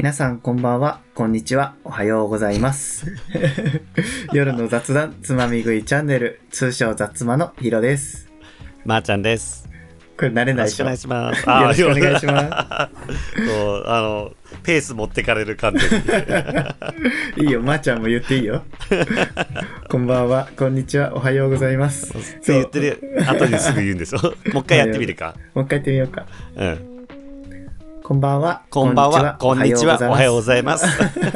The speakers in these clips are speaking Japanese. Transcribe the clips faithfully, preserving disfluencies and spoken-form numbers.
皆さんこんばんは、こんにちは、おはようございます。夜の雑談つまみ食いチャンネル、通称雑妻のヒロです。 まー、あ、ちゃんです。 これ慣れないでしょ。 よろしくお願いします。 よろしくお願いします。 そう、あのペース持ってかれる感じ。 いいよ、まー、ちゃんも言っていいよ。こんばんは、こんにちは、おはようございます。 って言ってる後にすぐ言うんでしょ。もう一回やってみるか。 もう一回やってみようか。 うん。 こんばんは、 こんばんは、こんにちは、おはようございます。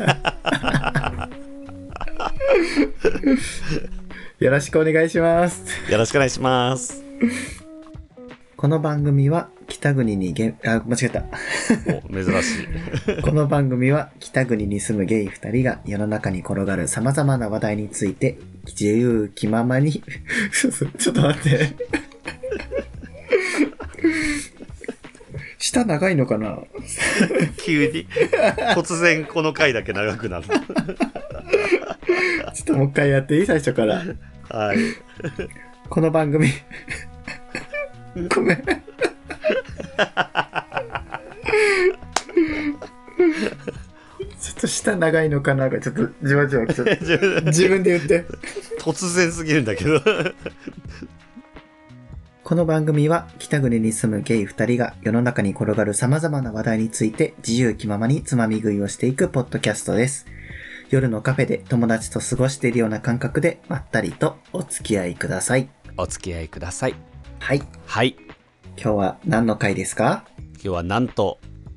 よろしくお願いします。 よろしくお願いします。 この番組は北国にゲあ間違えたお珍しい。 この番組は北国に住むゲイふたりが世の中に転がる様々な話題について自由気ままにちょっと待って舌長いのかな。 急に突然この回だけ長くなる。ちょっともう一回やっていい？最初から。 はい。 この番組ごめん。ちょっと舌長いのかながちょっとじわじわ来ちゃって自分で言って突然すぎるんだけど。 この番組は北国に住むゲイふたりが世の中に転がる様々な話題について自由気ままにつまみ食いをしていくポッドキャストです。夜のカフェで友達と過ごしているような感覚でまったりとお付き合いください。 お付き合いください。 はい。 はい。 今日は何の回ですか？ 今日はなんと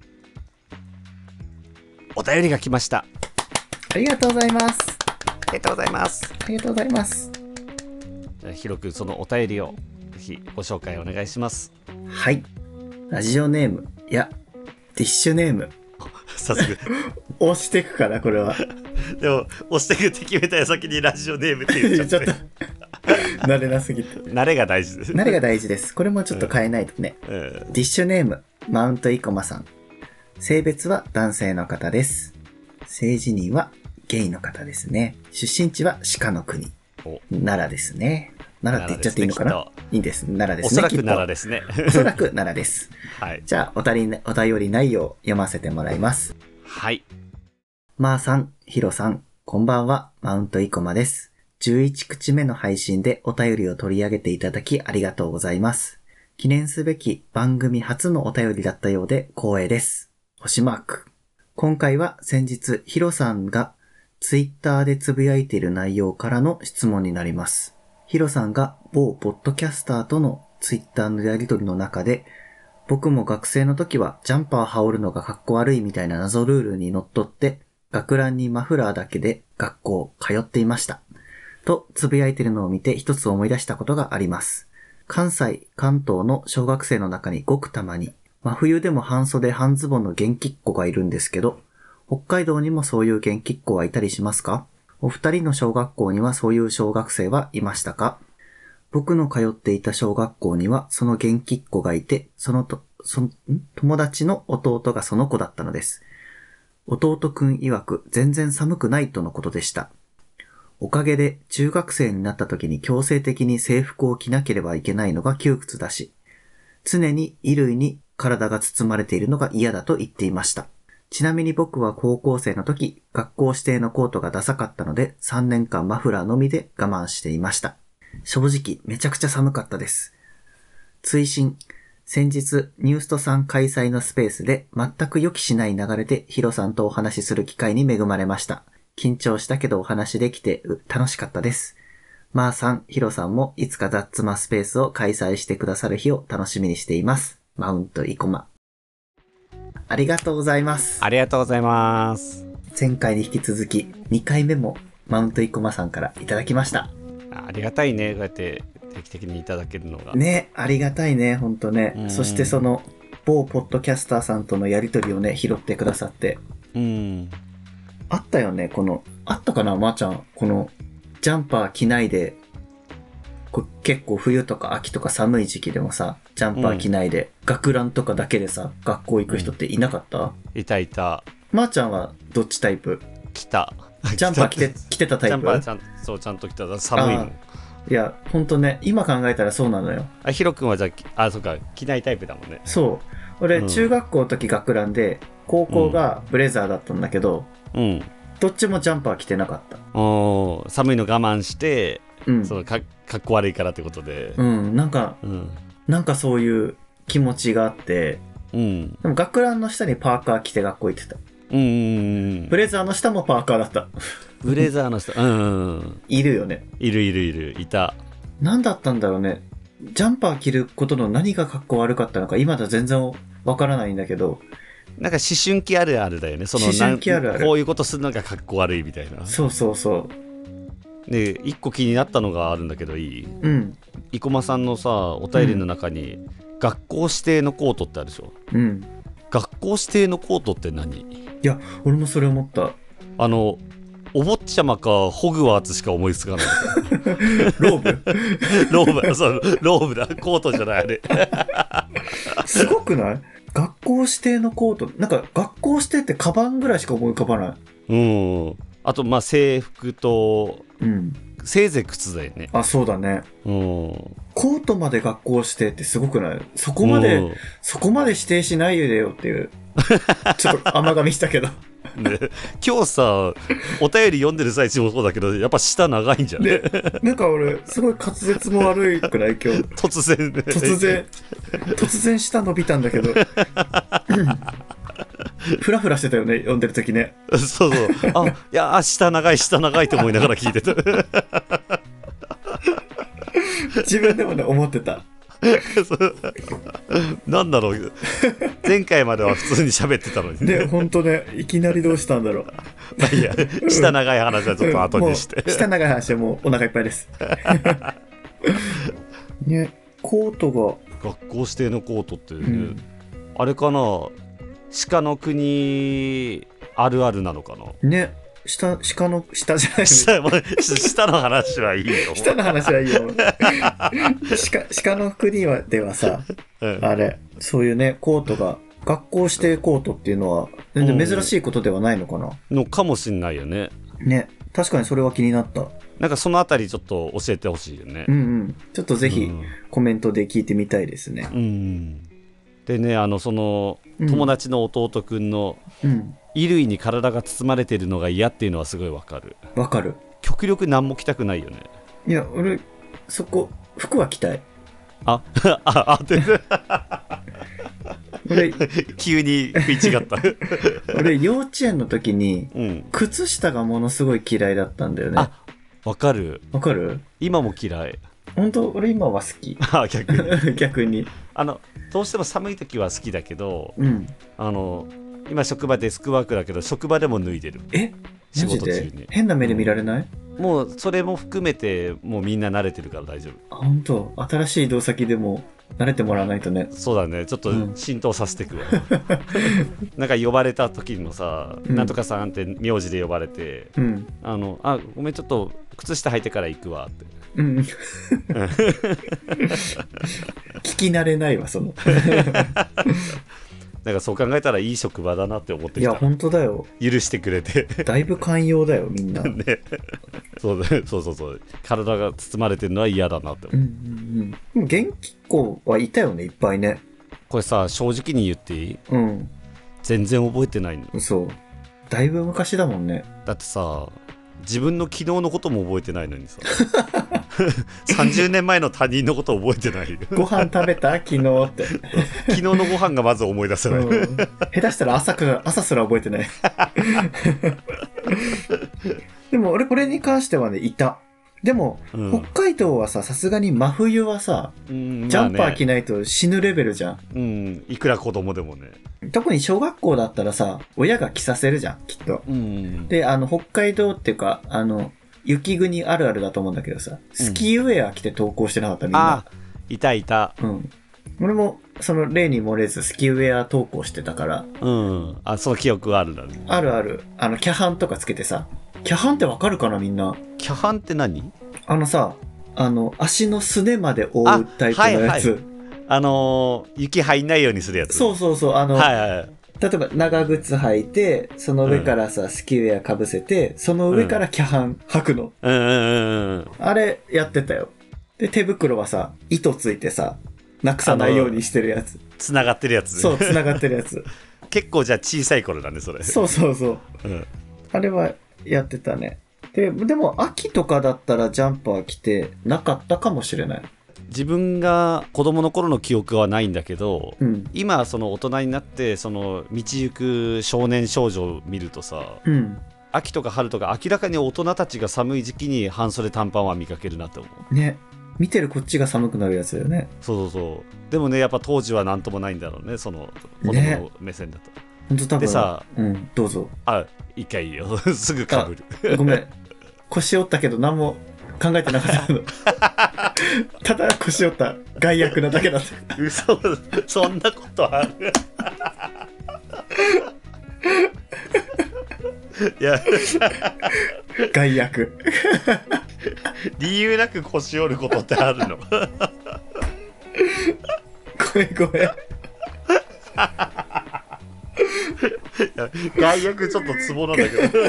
お便りが来ました。 ありがとうございます。 ありがとうございます。 ありがとうございます。 じゃあひろくん、そのお便りをぜひご紹介お願いします。 はい。ラジオネーム、いやティッシュネーム。 早速押してくからこれは。 でも押してくって決めた矢先にラジオネームって言っちゃって。 慣れなすぎて。 慣れが大事です。 慣れが大事です。これもちょっと変えないとね。うんうん、ディッシュネーム、マウントイコマさん。性別は男性の方です。性自認はゲイの方ですね。出身地は鹿の国。奈良ですね。奈良って言っちゃっていいのかな？いいです。奈良ですね。 おそらく奈良ですね。 おそらく奈良です。 はい。 じゃあおたり、お便り内容を読ませてもらいます。 はい。 まーさん、ひろさん、こんばんは、マウントイコマです。じゅういち口目の配信でお便りを取り上げていただきありがとうございます。記念すべき番組初のお便りだったようで光栄です。星マーク。今回は先日ヒロさんがツイッターでつぶやいている内容からの質問になります。ヒロさんが某ポッドキャスターとのツイッターのやりとりの中で、僕も学生の時はジャンパー羽織るのがかっこ悪いみたいな謎ルールにのっとって学ランにマフラーだけで学校通っていました。とつぶやいているのを見て一つ思い出したことがあります。関西、関東の小学生の中にごくたまに、真冬でも半袖半ズボンの元気っ子がいるんですけど、北海道にもそういう元気っ子はいたりしますか？お二人の小学校にはそういう小学生はいましたか？僕の通っていた小学校にはその元気っ子がいて、そのと、そん友達の弟がその子だったのです。弟くん曰く全然寒くないとのことでした。おかげで中学生になった時に強制的に制服を着なければいけないのが窮屈だし、常に衣類に体が包まれているのが嫌だと言っていました。ちなみに僕は高校生の時、学校指定のコートがダサかったのでさんねんかんマフラーのみで我慢していました。正直めちゃくちゃ寒かったです。追伸、先日ニューストさん開催のスペースで全く予期しない流れでヒロさんとお話しする機会に恵まれました。緊張したけどお話できて楽しかったです。まーさん、ヒロさんもいつか雑妻スペースを開催してくださる日を楽しみにしています。マウントイコマ。ありがとうございます。 ありがとうございます。 前回に引き続きにかいめもマウントイコマさんからいただきました。 ありがたいね。こうやって定期的にいただけるのが。 ね、ありがたいね、ほんとね。そしてその某ポッドキャスターさんとのやりとりをね、拾ってくださって。 うん。 あったよね、この、あったかな、まーちゃん。この、ジャンパー着ないで、こ結構冬とか秋とか寒い時期でもさ、ジャンパー着ないで、うん、学ランとかだけでさ、学校行く人っていなかった？うん、 いたいた。 まーちゃんはどっちタイプ？ 着た。 ジャンパー着て、着てたタイプ？ ジャンパーちゃん、そう、ちゃんと着た。寒いもん。 いや、ほんとね、今考えたらそうなのよ。 あ、ヒロ君はじゃあ、あ、そうか、着ないタイプだもんね。 そう。 俺、 うん中学校の時学ランで、高校がブレザーだったんだけど、 うん。 どっちもジャンパー着てなかった。 おー、寒いの我慢して、 うん。 そのかかっこ悪いからってことで。 うん、なんか、 うん。 なんかそういう気持ちがあって、 うん。 でも学ランの下にパーカー着て学校行ってた。 うん。 ブレザーの下もパーカーだった。 ブレザーの人、うん。 いるよね。 いるいるいる、いた。 何だったんだろうね。ジャンパー着ることの何がかっこ悪かったのか、今だ全然わからないんだけど。 なんか思春期あるあるだよね。その思春期あるある。 こういうことするのがかっこ悪いみたいな。 そうそうそう。 で、一個気になったのがあるんだけどいい？ うん。 生駒さんのさ、お便りの中に、うん、学校指定のコートってあるでしょ。 うん。 学校指定のコートって何？いや、俺もそれ思った。 あの、お坊ちゃまかホグワーツしか思いつかない。 ローブローブ、そう、ローブだ。コートじゃないあれ。 すごくない？学校指定のコート。なんか学校指定ってカバンぐらいしか思い浮かばない。 うん。あと、まあ、制服と、 うん。 せいぜい靴だよね。 あ、そうだね。 うん。 コートまで学校指定ってすごくない？そこまで、そこまで指定しないでよっていう。ちょっと甘噛みしたけど。 ね、今日さ、お便り読んでる最中もそうだけど、やっぱ舌長いんじゃん。ね、 なんか俺、すごい滑舌も悪いくない今日。 突然、ね、 突然、突然舌伸びたんだけど。フラフラしてたよね、読んでる時ね。 そうそう。あ、いや、舌長い、舌長いと思いながら聞いてた。 自分でもね、思ってた。 なんだろう、前回までは普通に喋ってたのにね。ね、ほんとね、いきなりどうしたんだろう。 まあいいや、舌長い話はちょっと後にして。 うん、舌長い話はもうお腹いっぱいです。ね、コートが。 学校指定のコートってね、うん、あれかな、鹿の国あるあるなのかな。 ね。下、鹿の、下じゃない下、下の話はいいよ。 下の話はいいよ。鹿、鹿の国はではさ、うん、あれ、そういうね、コートが、学校指定コートっていうのは、全然珍しいことではないのかな、 うん、のかもしんないよね。 ね、確かにそれは気になった。 なんかそのあたりちょっと教えてほしいよね。 うんうん。ちょっとぜひ、コメントで聞いてみたいですね。 うん。うん、でね、あの、その、友達の弟くんの、うん、衣類に体が包まれてるのが嫌っていうのはすごいわかる。 わかる。 極力何も着たくないよね。 いや、俺、そこ、服は着たい。 あ、あ、あ、って俺、急に食い違った。 俺、幼稚園の時に、うん、靴下がものすごい嫌いだったんだよね。 あ、わかる。 わかる？ 今も嫌い。 本当、俺今は好き。 あ、逆に。 逆に。 あの、どうしても寒い時は好きだけど、 うん、 あの、今職場デスクワークだけど職場でも脱いでる。 え？ 仕事中に。 変な目で見られない？ うん、もうそれも含めてもうみんな慣れてるから大丈夫。 あ、本当。新しい移動先でも慣れてもらわないとね。 そうだね、ちょっと浸透させていくわ、うん、なんか呼ばれた時にもさ、うん、なんとかさんって名字で呼ばれて、うん、あの、あ、ごめんちょっと靴下履いてから行くわって。うん、 聞き慣れないわその。 なんかそう考えたらいい職場だなって思ってきた。 いや本当だよ。 許してくれて。 だいぶ寛容だよみんな。 ね、そうだ、そうそうそう。体が包まれてるのは嫌だなって思う。うんうんうん。元気っ子はいたよねいっぱいね。 これさ正直に言っていい？うん。全然覚えてないの。 そう。だいぶ昔だもんね。 だってさ自分の昨日のことも覚えてないのにさ。さんじゅうねんまえの他人のこと覚えてない。 ご飯食べた昨日って。 昨日のご飯がまず思い出せない。うん、 下手したら朝か朝すら覚えてない。でも俺これに関してはねいた。でも、うん、北海道はささすがに真冬はさ、うん、ジャンパー着ないと死ぬレベルじゃん。 うん、いくら子供でもね。 特に小学校だったらさ親が着させるじゃんきっと。うん、であの北海道っていうかあの雪国あるあるだと思うんだけどさ、スキーウェア着て登校してなかった、みんな。 あ、いたいた。 うん。俺も、その例に漏れず、スキーウェア登校してたから。 うん。あ、その記憶があるだね。 あるある。あの、キャハンとかつけてさ。キャハンってわかるかな、みんな。 キャハンって何？ あのさ、あの、足のすねまで覆うタイプのやつ。はいはい、 あのー、雪入んないようにするやつ。 そうそうそう。あの、 はいはい。 例えば長靴履いてその上からさ、うん、スキーウェアかぶせてその上からキャハン履くの、うんうんうんうん、あれやってたよ。で手袋はさ糸ついてさなくさないようにしてるやつ。 つながってるやつ、ね、 そうつながってるやつ。 結構じゃあ小さい頃だねそれ。 そうそうそう、うん、あれはやってたね。ででも秋とかだったらジャンパー着てなかったかもしれない。 自分が子供の頃の記憶はないんだけど、 うん、 今その大人になってその道行く少年少女を見るとさ、 うん、 秋とか春とか明らかに大人たちが寒い時期に半袖短パンは見かけるなって思うね。見てるこっちが寒くなるやつだよね。 そうそうそう。でもねやっぱ当時は何ともないんだろうねその子供の目線だと、ね、 本当多分でさ、 うん、どうぞ。 あ一回いいよすぐかぶる。 ごめん腰折ったけど何も考えてなかったのただ腰折った害悪なだけだった。 嘘そんなことあるいや害悪理由なく腰折ることってあるのごめんごめん害悪ちょっとツボなんだけど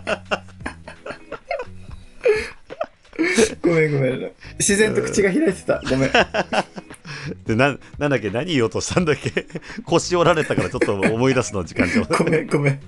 ごめんごめん自然と口が開いてた。ごめんで な, なんだっけ何言おうとしたんだっけ腰折られたからちょっと思い出すの時間上ごめんごめん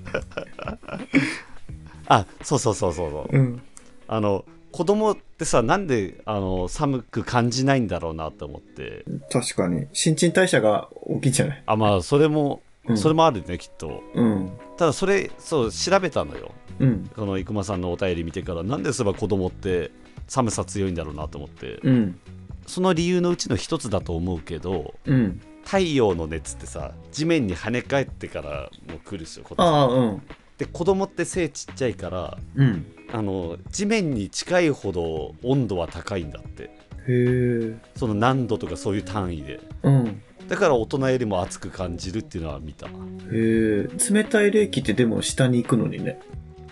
あそうそうそうそう、 うん、 あの子供ってさなんであの寒く感じないんだろうなって思って。 確かに新陳代謝が大きいんじゃない。 あまあそれも、うん、それもあるねきっと、 うん、 ただそれそう調べたのよ、 うん、 この生駒さんのお便り見てからなんでそういえば子供って寒さ強いんだろうなと思って、 うん、 その理由のうちの一つだと思うけど、 うん、 太陽の熱ってさ地面に跳ね返ってからもう来るでしょ。 あ、うん、 で子供って背ちっちゃいから、 うん、 あの地面に近いほど温度は高いんだって。 へえ。 その何度とかそういう単位で、 うん、 だから大人よりも暑く感じるっていうのは見た。へえ。冷たい冷気ってでも下に行くのにね。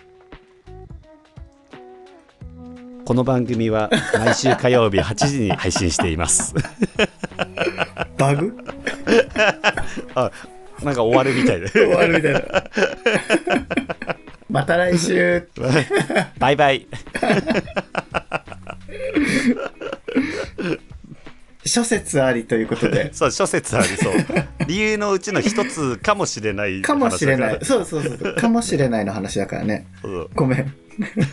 この番組は毎週火曜日はちじに配信していますバグあ、なんか終わるみたいで終わるみたいなまた来週バイバイ諸説ありということでそう諸説あり。そう理由のうちの一つかもしれないかもしれない。そうそうそうかもしれないの話だからね。 そうごめん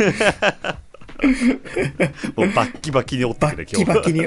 もうバッキバキに折ってくれ今日バッキバキに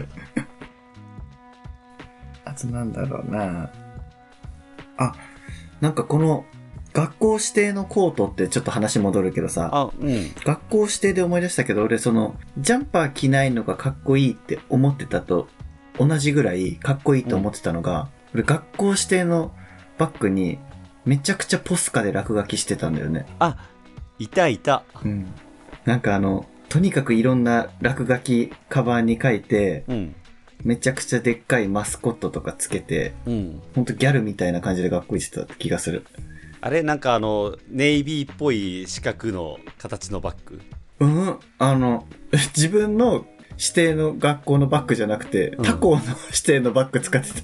あとなんだろうなあ、なんかこの学校指定のコートってちょっと話戻るけどさ、 あ、うん、 学校指定で思い出したけど俺そのジャンパー着ないのがかっこいいって思ってたと同じぐらいかっこいいと思ってたのが、うん、俺学校指定のバッグにめちゃくちゃポスカで落書きしてたんだよね。 あ、いたいた、 うん、なんかあのとにかくいろんな落書きカバンに書いて、うん、めちゃくちゃでっかいマスコットとかつけて、うん、ほんとギャルみたいな感じで学校行ってた気がする。 あれなんかあのネイビーっぽい四角の形のバッグ。 うん、あの自分の指定の学校のバッグじゃなくて、うん、他校の指定のバッグ使ってた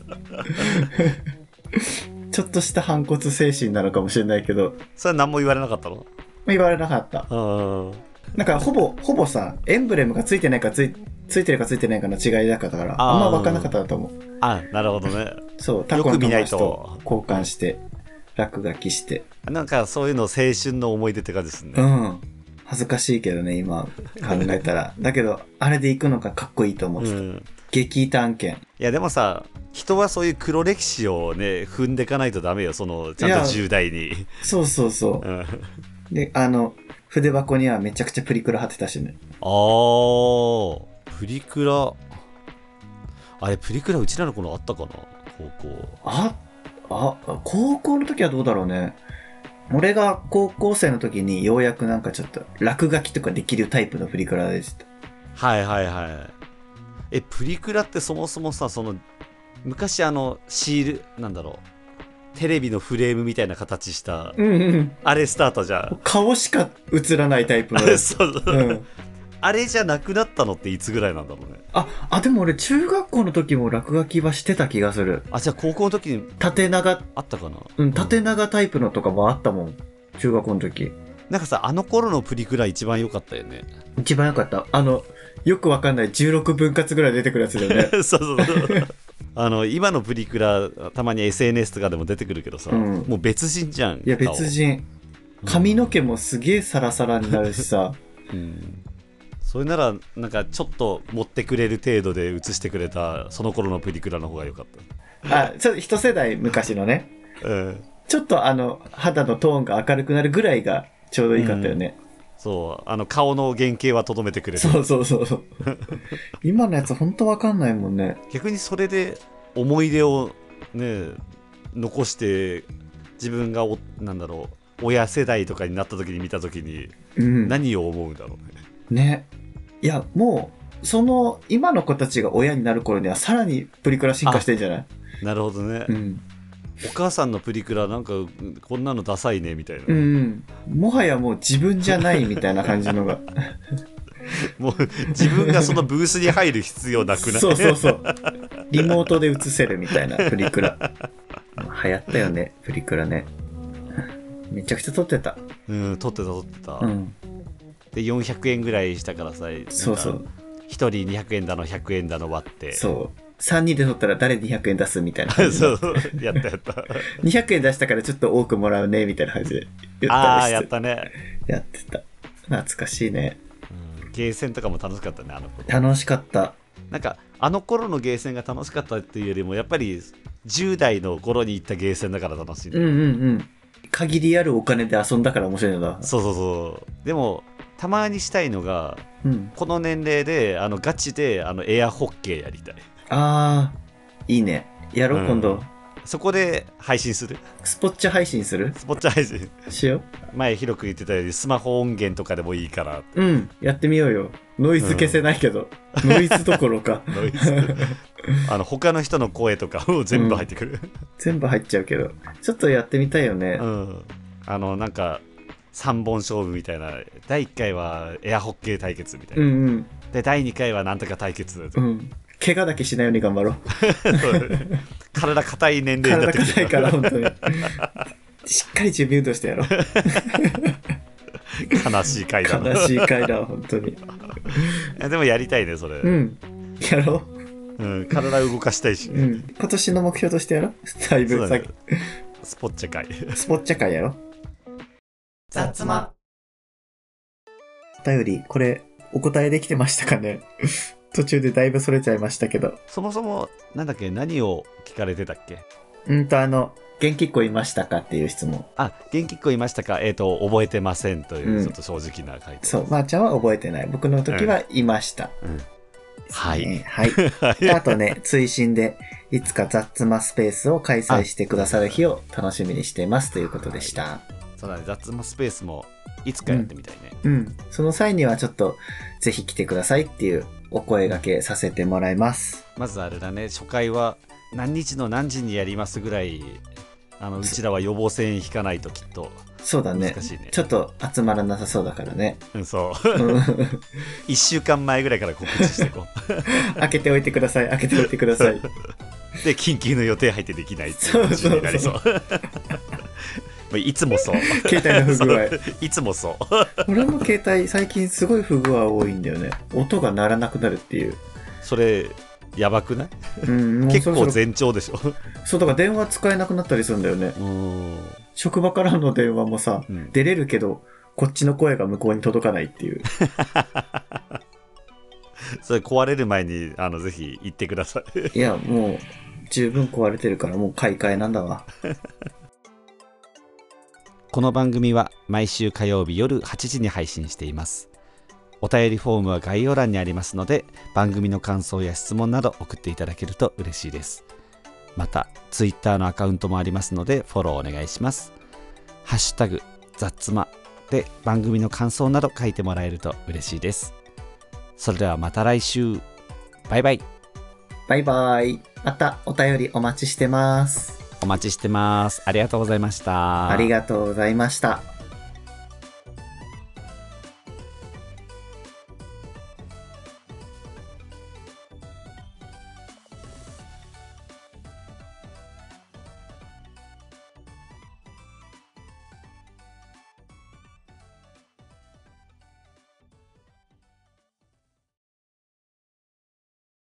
ちょっとした反骨精神なのかもしれないけど。 それは何も言われなかったの？ 言われなかった。 あ、 なんかほぼほぼさエンブレムがついてないかついついてるかついてないかの違いだから、あんま分かんなかったと思う。 あ、なるほどね。 そう、他校の友達と交換して落書きして。 なんかそういうの青春の思い出って感じですね。 うん。恥ずかしいけどね今考えたら。だけどあれで行くのがかっこいいと思ってた。うん、激異探検。 いやでもさ、人はそういう黒歴史をね踏んでいかないとダメよ。そのちゃんとじゅう代に。 そうそうそう。うん、であの筆箱にはめちゃくちゃプリクラ貼ってたしね。 あー、プリクラ。あれプリクラうちらの頃あったかな、高校。 ああ高校の時はどうだろうね。俺が高校生の時にようやくなんかちょっと落書きとかできるタイプのプリクラでした。 はいはいはい。えプリクラってそもそもさ、その昔あのシールなんだろう、テレビのフレームみたいな形した、 うんうん、 あれスタートじゃん。 顔しか映らないタイプのやつ。 そうそう、うん、あれじゃなくなったのっていつぐらいなんだろうね。 ああ、でも俺中学校の時も落書きはしてた気がする。 あ、じゃあ高校の時に縦長あったかな。 うん、縦長タイプのとかもあったもん、中学校の時。 なんかさ、あの頃のプリクラ一番良かったよね。 一番良かった。あのよくわかんないじゅうろくぶん割ぐらい出てくるやつだよね。 そうそうそうあの今のプリクラたまに エスエヌエス とかでも出てくるけどさ、うん、もう別人じゃん。 いや別人、髪の毛もすげえサラサラになるしさ、 うん、それならなんかちょっと持ってくれる程度で写してくれたその頃のプリクラの方が良かった。 あ、ちょっと一世代昔のね、 うん、 ちょっとあの肌のトーンが明るくなるぐらいがちょうどいいかったよね、 うん、そうあの顔の原型はとどめてくれる。 そうそうそう今のやつほんと分かんないもんね。 逆にそれで思い出をね残して自分がおなんだろう親世代とかになった時に見た時に何を思うんだろうね、 うん、ね。いやもうその今の子たちが親になる頃にはさらにプリクラ進化してんじゃない？ なるほどね、 うん、 お母さんのプリクラなんかこんなのダサいねみたいな、 うん、もはやもう自分じゃないみたいな感じのがもう自分がそのブースに入る必要なくない？ そうそうそうリモートで映せるみたいなプリクラ流行ったよねプリクラね。めちゃくちゃ撮ってた。 うん撮ってた撮ってた、 うん、 でよんひゃくえんぐらいしたからさ、 そうそうひとりにひゃくえんだのひゃくえんだの割って、 そうさんにんで撮ったら誰にひゃくえん出すみたいな感じそうやったやったにひゃくえん出したからちょっと多くもらうねみたいな感じで言ったりして。 ああやったね。 やってた。懐かしいね、 うん、ゲーセンとかも楽しかったねあの頃。 楽しかった。 なんかあの頃のゲーセンが楽しかったっていうよりもやっぱりじゅう代の頃に行ったゲーセンだから楽しい、ね、 うんうんうん限りあるお金で遊んだから面白いのだ。 そうそうそう。でもたまにしたいのが、うん、この年齢であのガチであのエアホッケーやりたい。 あーいいねやろう、うん、今度そこで配信する。 スポッチャ配信する。 スポッチャ配信しよう。 前広く言ってたようにスマホ音源とかでもいいからうんやってみようよ。ノイズ消せないけど、うん、ノイズどころかノイズあの他の人の声とかも全部入ってくる、うん、 全部入っちゃうけどちょっとやってみたいよね、 うん、あのなんかさんぼん勝負みたいな。だいいっかいはエアホッケー対決みたいな、うんうん、でだいにかいはなんとか対決、 うん、怪我だけしないように頑張ろう体硬い年齢になってきて体硬いから本当にしっかり準備運動してやろう悲しい回だ悲しい回だ本当にでもやりたいねそれ。 うんやろう、うん、体動かしたいし、ね、うん、 今年の目標としてやろう。だいぶ先、ね、 スポッチャ会スポッチャ会やろ。 雑まお便りこれお答えできてましたかね途中でだいぶそれちゃいましたけど。 そもそもなんだっけ何を聞かれてたっけ。 うんとあの元気っ子いましたかっていう質問。 あ元気っ子いましたか。えっ、ー、と覚えてませんという、うん、ちょっと正直な回答。 そうまー、あ、ちゃんは覚えてない。僕の時はいました、うんうんはい、 ね、はいあとね追伸でいつか雑魔スペースを開催してくださる日を楽しみにしていますということでした、はい、 そうだね雑魔スペースもいつかやってみたいね、 うん、うん、その際にはちょっとぜひ来てくださいっていうお声掛けさせてもらいます。 まずあれだね初回は何日の何時にやりますぐらいあのうちらは予防線引かないときっとそうだね。難しいね。ちょっと集まらなさそうだからね。 うん、そう。いっしゅうかんまえぐらいから告知していこう。開けておいてください。開けておいてください。 で、緊急の予定入ってできないっていう感じになりそう。いつもそう。 携帯の不具合。 いつもそう。 俺も携帯最近すごい不具合多いんだよね。音が鳴らなくなるっていう。 それやばくない？ うん、 結構前兆でしょ。 そうだから電話使えなくなったりするんだよね。 うん職場からの電話もさ、うん、出れるけどこっちの声が向こうに届かないっていう。 それ壊れる前にあのぜひ言ってください。 いやもう十分壊れてるからもう買い替えなんだわ。 この番組は毎週火曜日夜はちじに配信しています。お便りフォームは概要欄にありますので番組の感想や質問など送っていただけると嬉しいです。またツイッターのアカウントもありますのでフォローお願いします。ハッシュタグ雑まで番組の感想など書いてもらえると嬉しいです。それではまた来週。バイバイ。 バイバイ。またお便りお待ちしてます。 お待ちしてます。ありがとうございました。 ありがとうございました。